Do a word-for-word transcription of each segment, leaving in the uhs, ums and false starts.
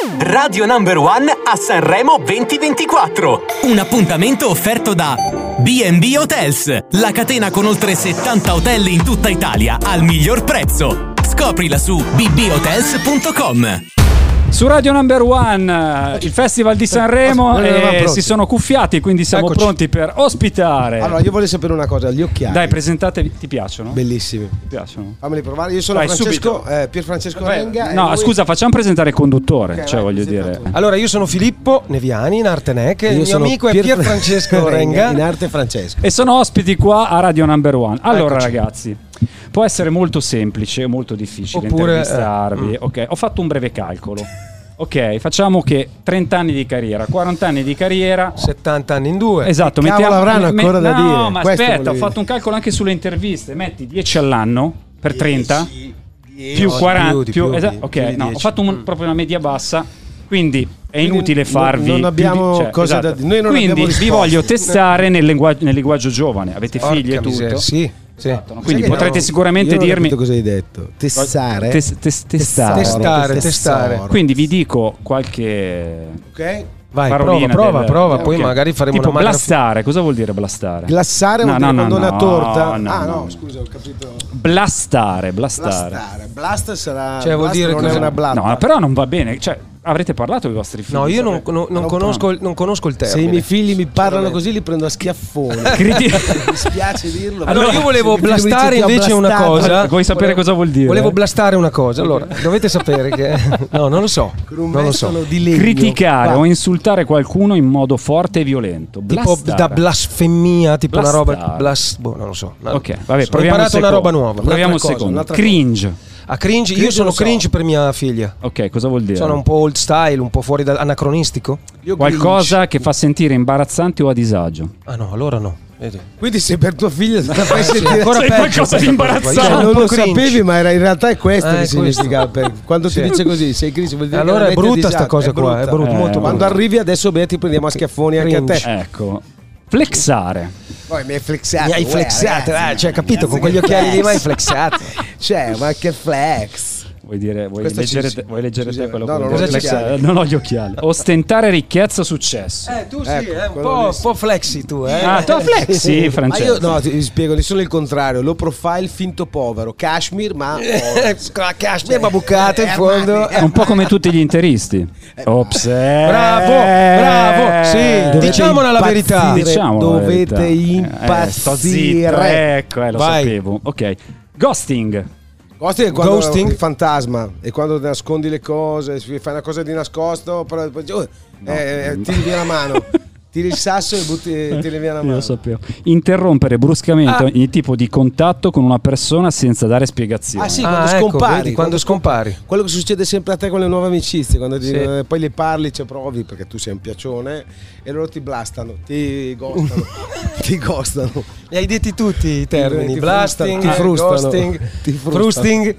Radio Number One a Sanremo duemilaventiquattro. Un appuntamento offerto da B and B Hotels, la catena con oltre settanta hotel in tutta Italia al miglior prezzo. Scoprila su b b hotels punto com. Su Radio Number One, il Festival di Sanremo, e si sono cuffiati, quindi siamo Eccoci. pronti per ospitare. Allora, io voglio sapere una cosa, gli occhiali. Dai, presentatevi, ti piacciono? Bellissimi. Ti piacciono? Fammeli provare. Io sono Dai, Francesco, eh, Pier Francesco Vai. Renga. No, lui... scusa, facciamo presentare il conduttore, Okay, cioè vai, voglio dire. tu. Allora, io sono Filippo Neviani in arte N E C, il mio sono amico è Pier, Pier Francesco Renga in arte Francesco. E sono ospiti qua a Radio Number One. Allora, Eccoci. ragazzi, può essere molto semplice, molto difficile Oppure, intervistarvi. eh, Ok, ho fatto un breve calcolo. Ok, facciamo che trenta anni di carriera, quaranta anni di carriera, settanta anni in due. esatto, Che cavolo avranno me- ancora da no, dire? No, ma Questo aspetta, ho volevo fatto un calcolo anche sulle interviste. Metti dieci all'anno per trenta più No, quaranta più di più, più esa- di- ok, più di no, ho dieci. fatto un- proprio una media bassa. Quindi è Quindi inutile non- farvi non più abbiamo di- cioè, cose esatto. da dire. Noi non Quindi abbiamo vi risposte. voglio testare nel linguaggio, nel linguaggio giovane. Avete figli e Porca miseria, tutto. Sì, sì. Esatto, no? Quindi Sai che potrete no, sicuramente io non ho dirmi capito cosa hai detto. Tessare. Tes- tes- testare. Testare, Tesoro. testare. Quindi vi dico qualche Ok. Vai, parolina prova, prova, del- prova, eh, poi ok. magari faremo tipo una magra- blastare. Cosa vuol dire blastare? Glassare No, vuol dire no, no, quando no, una torta. no, ah, no, no. scusa, ho capito. Blastare, blastare. Blastare. Blast sarà. Cioè, vuol blast dire non è cos'è? una blatta. No, però non va bene. Cioè, avrete parlato con i vostri figli? No, io non, sapete? non- non Non conosco, il- non conosco il Se i termine. miei figli mi parlano così, li prendo a schiaffoni. Criti- Mi spiace dirlo. Allora, però io volevo se i miei figli mi blastare dicono, "Ti ho invece una blastato". cosa. Vuoi sapere cosa vuol dire? Volevo blastare una cosa. Allora, dovete sapere che no, non lo so. Con un Non lo so. mestolo di legno. Criticare Va. o insultare qualcuno in modo forte e violento. Tipo Blastare. da blasfemia, tipo una roba Blastare. blas, boh, non lo so. No. Ok, vabbè, Ho proviamo imparato il una secondo. roba nuova. Proviamo il cosa, secondo. un'altra cosa. Cringe. A cringe, io Cringe sono lo so. cringe per mia figlia. Ok, cosa vuol dire? Sono un po' old style, un po' fuori da anacronistico. Io Qualcosa Grinch. che fa sentire imbarazzante o a disagio. Ah no, allora no. Vedi. Quindi se per tua figlia te la fai sì, sentire ancora Sei peggio qualcosa di questa imbarazzante. cosa qua. Io Cioè, sono non un lo po' cringe. sapevi, ma era, in realtà è questo Eh, che questo. significa. Per, quando Sì. ti dice così, sei cringe, vuol dire Allora che è la metti a brutta sta disagio. cosa qua, è brutta, Eh, molto Quando brutta. arrivi adesso beh, ti prendiamo a schiaffoni anche a te. Cringe. Ecco. Flexare. Poi mi hai flexato. Mi hai uè, flexato, ragazzi. eh, cioè, capito, Cazzo con quegli che occhiali lì flex. mi hai flexato. Cioè, ma che flex. Vuoi dire, vuoi Questa leggere, ci- te, vuoi leggere ci- te quello no, che non vuoi ho dire? gli occhiali. Non ho gli occhiali. Ostentare ricchezza o successo. Eh, tu sì, Ecco, eh, un quello po', lì sì. po' flexi tu, eh. Ah, tu flexi, Ma Francesco. io no, ti spiego, di solo il contrario. Low profile finto povero. Cashmere, ma. Eh, con la cashmere ma bucata in Eh, fondo. ma- Un po' come tutti gli interisti. Ops. eh. Bravo, bravo, sì, Dovete diciamola la impazzire, verità. Diciamo la dovete verità. impazzire. Eh, sto zitto, ecco, eh, lo Vai. sapevo. Ok. Ghosting. Ghosting è quando Ghosting? il fantasma e quando nascondi le cose, fai una cosa di nascosto, però poi oh, eh, tiri via la mano, tiri il sasso e butti, tiri via la Io mano. lo sapevo. Interrompere bruscamente Ah. ogni tipo di contatto con una persona senza dare spiegazioni. Ah sì, Ah, quando ecco, scompari, vedi, quando scompari. Quello che succede sempre a te con le nuove amicizie, quando ti- Sì. eh, poi le parli, ci provi perché tu sei un piacione e loro ti blastano, ti ghostano, ti ghostano. Li hai detti tutti i termini, Ti blasting, frustano, ti frustano, ghosting, ti frustano. frusting.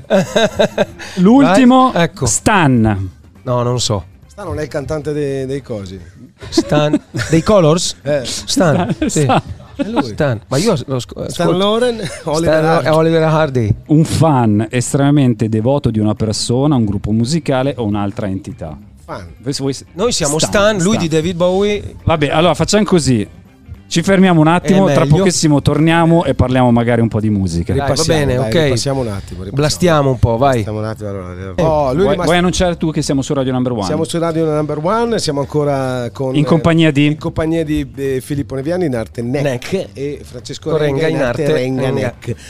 L'ultimo, Vai, ecco. Stan. No, non so. Sta non è il cantante dei, dei cosi. Stan dei Colors? Eh, Stan, sì. Stan. è lui. Stan. Ma io lo sc- Stan ascolto. Loren, Oliver Stan- Hardy. Oliver Hardy. Un fan estremamente devoto di una persona, un gruppo musicale o un'altra entità. Fan. Voi- voi- Noi siamo Stan, lui Stan. di David Bowie. Vabbè, allora facciamo così. Ci fermiamo un attimo, È tra meglio. pochissimo torniamo e parliamo magari un po' di musica. Dai, va Ripassiamo, bene, dai, ok. ripassiamo un attimo. ripassiamo. Blastiamo un po', vai. Stiamo un attimo, allora. Oh, lui è Vuoi, rimasto- vuoi annunciare tu che siamo su Radio Number One? Siamo su Radio Number One, siamo ancora con, In compagnia di? in compagnia di eh, Filippo Neviani in arte N E C e Francesco Renga Renga in in arte arte Renga N Renga. E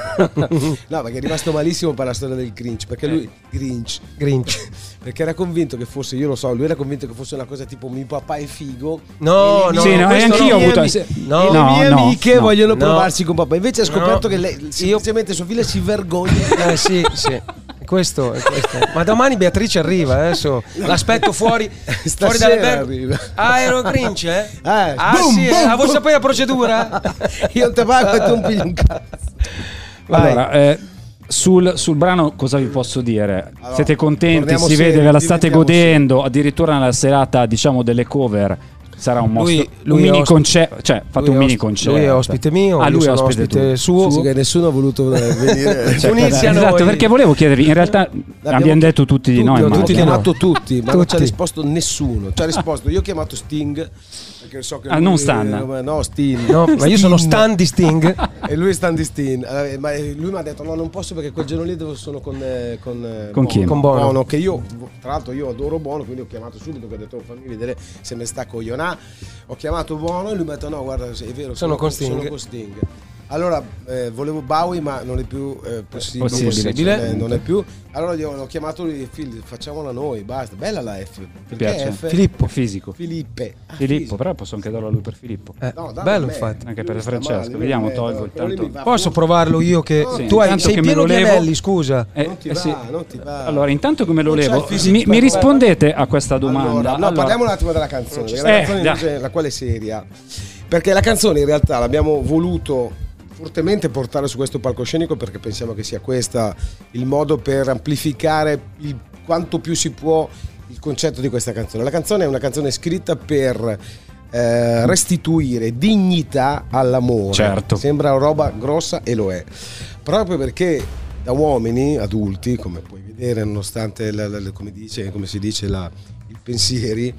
C. No, perché è rimasto malissimo per la storia del Grinch, perché lui Grinch, Grinch. perché era convinto che fosse, io lo so, lui era convinto che fosse una cosa tipo mio papà è figo. No, e le no, Sì, no, e questo anch'io no. ho avuto... mie- se- No. e le no, mie no, amiche no. vogliono No. provarsi con papà. Invece ha scoperto No. che lei semplicemente sua figlia si vergogna. Eh sì, sì. Questo, è questo. Ma domani Beatrice arriva, adesso l'aspetto fuori, fuori Stasera dall'albergo. arriva. Ah, ero Grinch, eh? Eh, ah boom, sì, eh? boom, Ah, vuoi boom. sapere la procedura? Io te pago e tu non pigli un cazzo. Vai. Allora, eh, sul, sul brano cosa vi posso dire? Allora, Siete contenti? torniamo Si vede seri, ve la state diventiamo godendo, addirittura nella serata diciamo delle cover sarà un mostro. Lui, lui un mini osp- concerto, cioè fate un mini concerto. Lui è ospite mio, ah, lui è ospite, ospite suo. Sì, che nessuno ha voluto venire. Cioè, Unirsi a esatto, noi. perché volevo chiedervi, in realtà abbiamo detto tutti di noi, Tutti, ma ho chiamato tutti, ma non ci ha Tutti. risposto nessuno. Ci ha risposto, io ho chiamato Sting. Perché so che Ah, lui- non Stan. eh, No, Sting. No, ma io sono Stan di Sting. E lui è Stan di Sting. Eh, ma lui mi ha detto: no, non posso perché quel giorno lì devo- sono con eh, con, eh, Con chi? Con Bono. Che io, tra l'altro, io adoro Bono, quindi ho chiamato subito. Che ho detto: fammi vedere se me sta coglionà. Ho chiamato Bono e lui mi ha detto: no, guarda, è vero, Sono con Sting. sono con Sting. Allora eh, volevo Bowie, ma non è più eh, possibile. Possibile. Eh, non è più. Allora io l'ho chiamato lui, Phil, facciamola noi, basta. Bella la F. Ti Perché piace? F? Filippo. Fisico. Filippe. Ah, Filippo, fisico. però posso anche darlo a lui per Filippo. Eh, No, dammi bello a me. infatti. Anche Lui per sta Francesco, male, vediamo, lui- tolgo eh, intanto. quello lì mi va Posso fuori. provarlo io che No, tu hai, intanto sei che me pieno lo di levo- anelli, scusa. Eh, Non ti eh va, sì. non ti va. Allora, intanto come lo Non c'è levo, il fisico mi, per- mi rispondete a questa domanda? Allora, no, Allora, parliamo un attimo della canzone, perché la Eh, canzone dai. invece, la quale è seria. Perché la canzone in realtà l'abbiamo voluto fortemente portare su questo palcoscenico perché pensiamo che sia questo il modo per amplificare il, quanto più si può il concetto di questa canzone. La canzone è una canzone scritta per eh, restituire dignità all'amore. Certo. Sembra roba grossa e lo è. Proprio perché da uomini adulti, come puoi vedere, nonostante la, la, la- come, dice, come si dice la, i pensieri,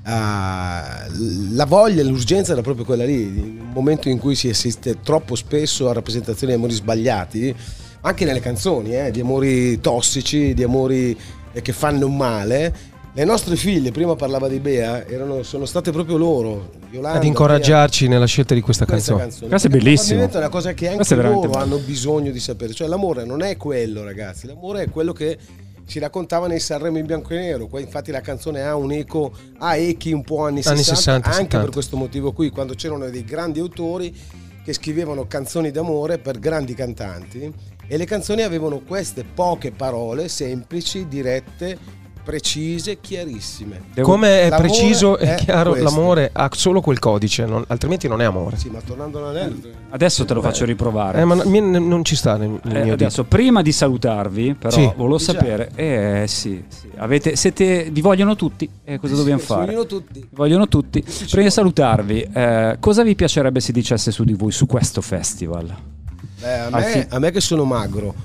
uh, la voglia, l'urgenza era proprio quella lì. In un momento in cui si assiste troppo spesso a rappresentazioni di amori sbagliati, anche nelle canzoni, eh, di amori tossici, di amori eh, che fanno male. Le nostre figlie, prima parlava di Bea, erano, sono state proprio loro, Yolanda, Ad incoraggiarci nella scelta di questa questa canzone. canzone. Questo è Perché bellissimo. probabilmente è una cosa che anche Questo è veramente loro bello. hanno bisogno di sapere. Cioè l'amore non è quello, ragazzi, l'amore è quello che si raccontava nei Sanremo in bianco e nero. Qua infatti la canzone ha un eco, ha echi un po' anni, Anni sessanta, sessanta, anche settanta. per questo motivo qui, quando c'erano dei grandi autori che scrivevano canzoni d'amore per grandi cantanti e le canzoni avevano queste poche parole semplici, dirette, precise, chiarissime. Come è L'amore preciso e è chiaro, questo. l'amore ha solo quel codice, non- altrimenti non è amore. Sì, ma tornando all'anello, adesso te lo faccio riprovare. Eh, ma n- mi- non ci sta nel, nel Eh, mio adesso, prima di salutarvi, però, Sì. volevo Già. sapere. Eh sì, sì. Avete, siete, vi vogliono tutti? Eh, cosa dobbiamo fare? Sognino tutti. Vi vogliono tutti. Prima di salutarvi, eh, cosa vi piacerebbe si dicesse su di voi, su questo festival? Eh, a, Al me, fi- a me che sono magro.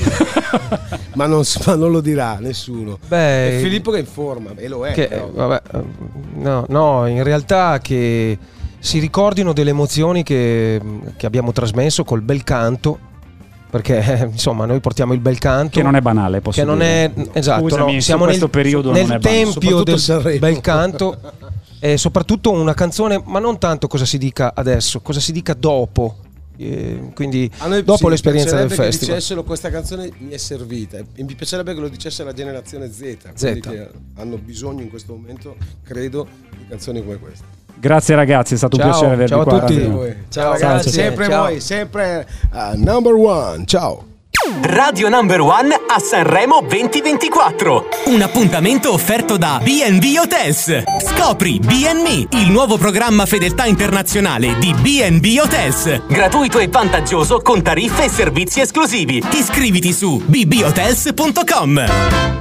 ma, non, ma non lo dirà nessuno. Beh, È Filippo che è in forma e lo è. Che, però. eh, vabbè, eh, no, no, in realtà che si ricordino delle emozioni che, che abbiamo trasmesso col bel canto, perché eh, insomma noi portiamo il bel canto Che non è banale, posso che non dire. è esatto, Scusami, no, su siamo questo nel, periodo nel non è banale. tempio Soprattutto del Sanremo. bel canto e soprattutto una canzone, ma non tanto cosa si dica adesso, cosa si dica dopo. Eh, quindi A noi dopo sì, l'esperienza del piacerebbe che festival. dicessero questa canzone mi è servita e mi piacerebbe che lo dicesse la generazione Z, Z. quelli che hanno bisogno in questo momento, credo, di canzoni come questa. Grazie ragazzi, è stato un Ciao, piacere avervi ciao a qua. tutti. Radio. Voi. Ciao, Ciao, ragazzi, grazie. sempre Ciao. voi, sempre uh, number one. Ciao. Radio Number One a Sanremo venti ventiquattro. Un appuntamento offerto da B and B Hotels. Scopri B and Me, il nuovo programma fedeltà internazionale di B and B Hotels. Gratuito e vantaggioso con tariffe e servizi esclusivi. Iscriviti su b b hotels punto com.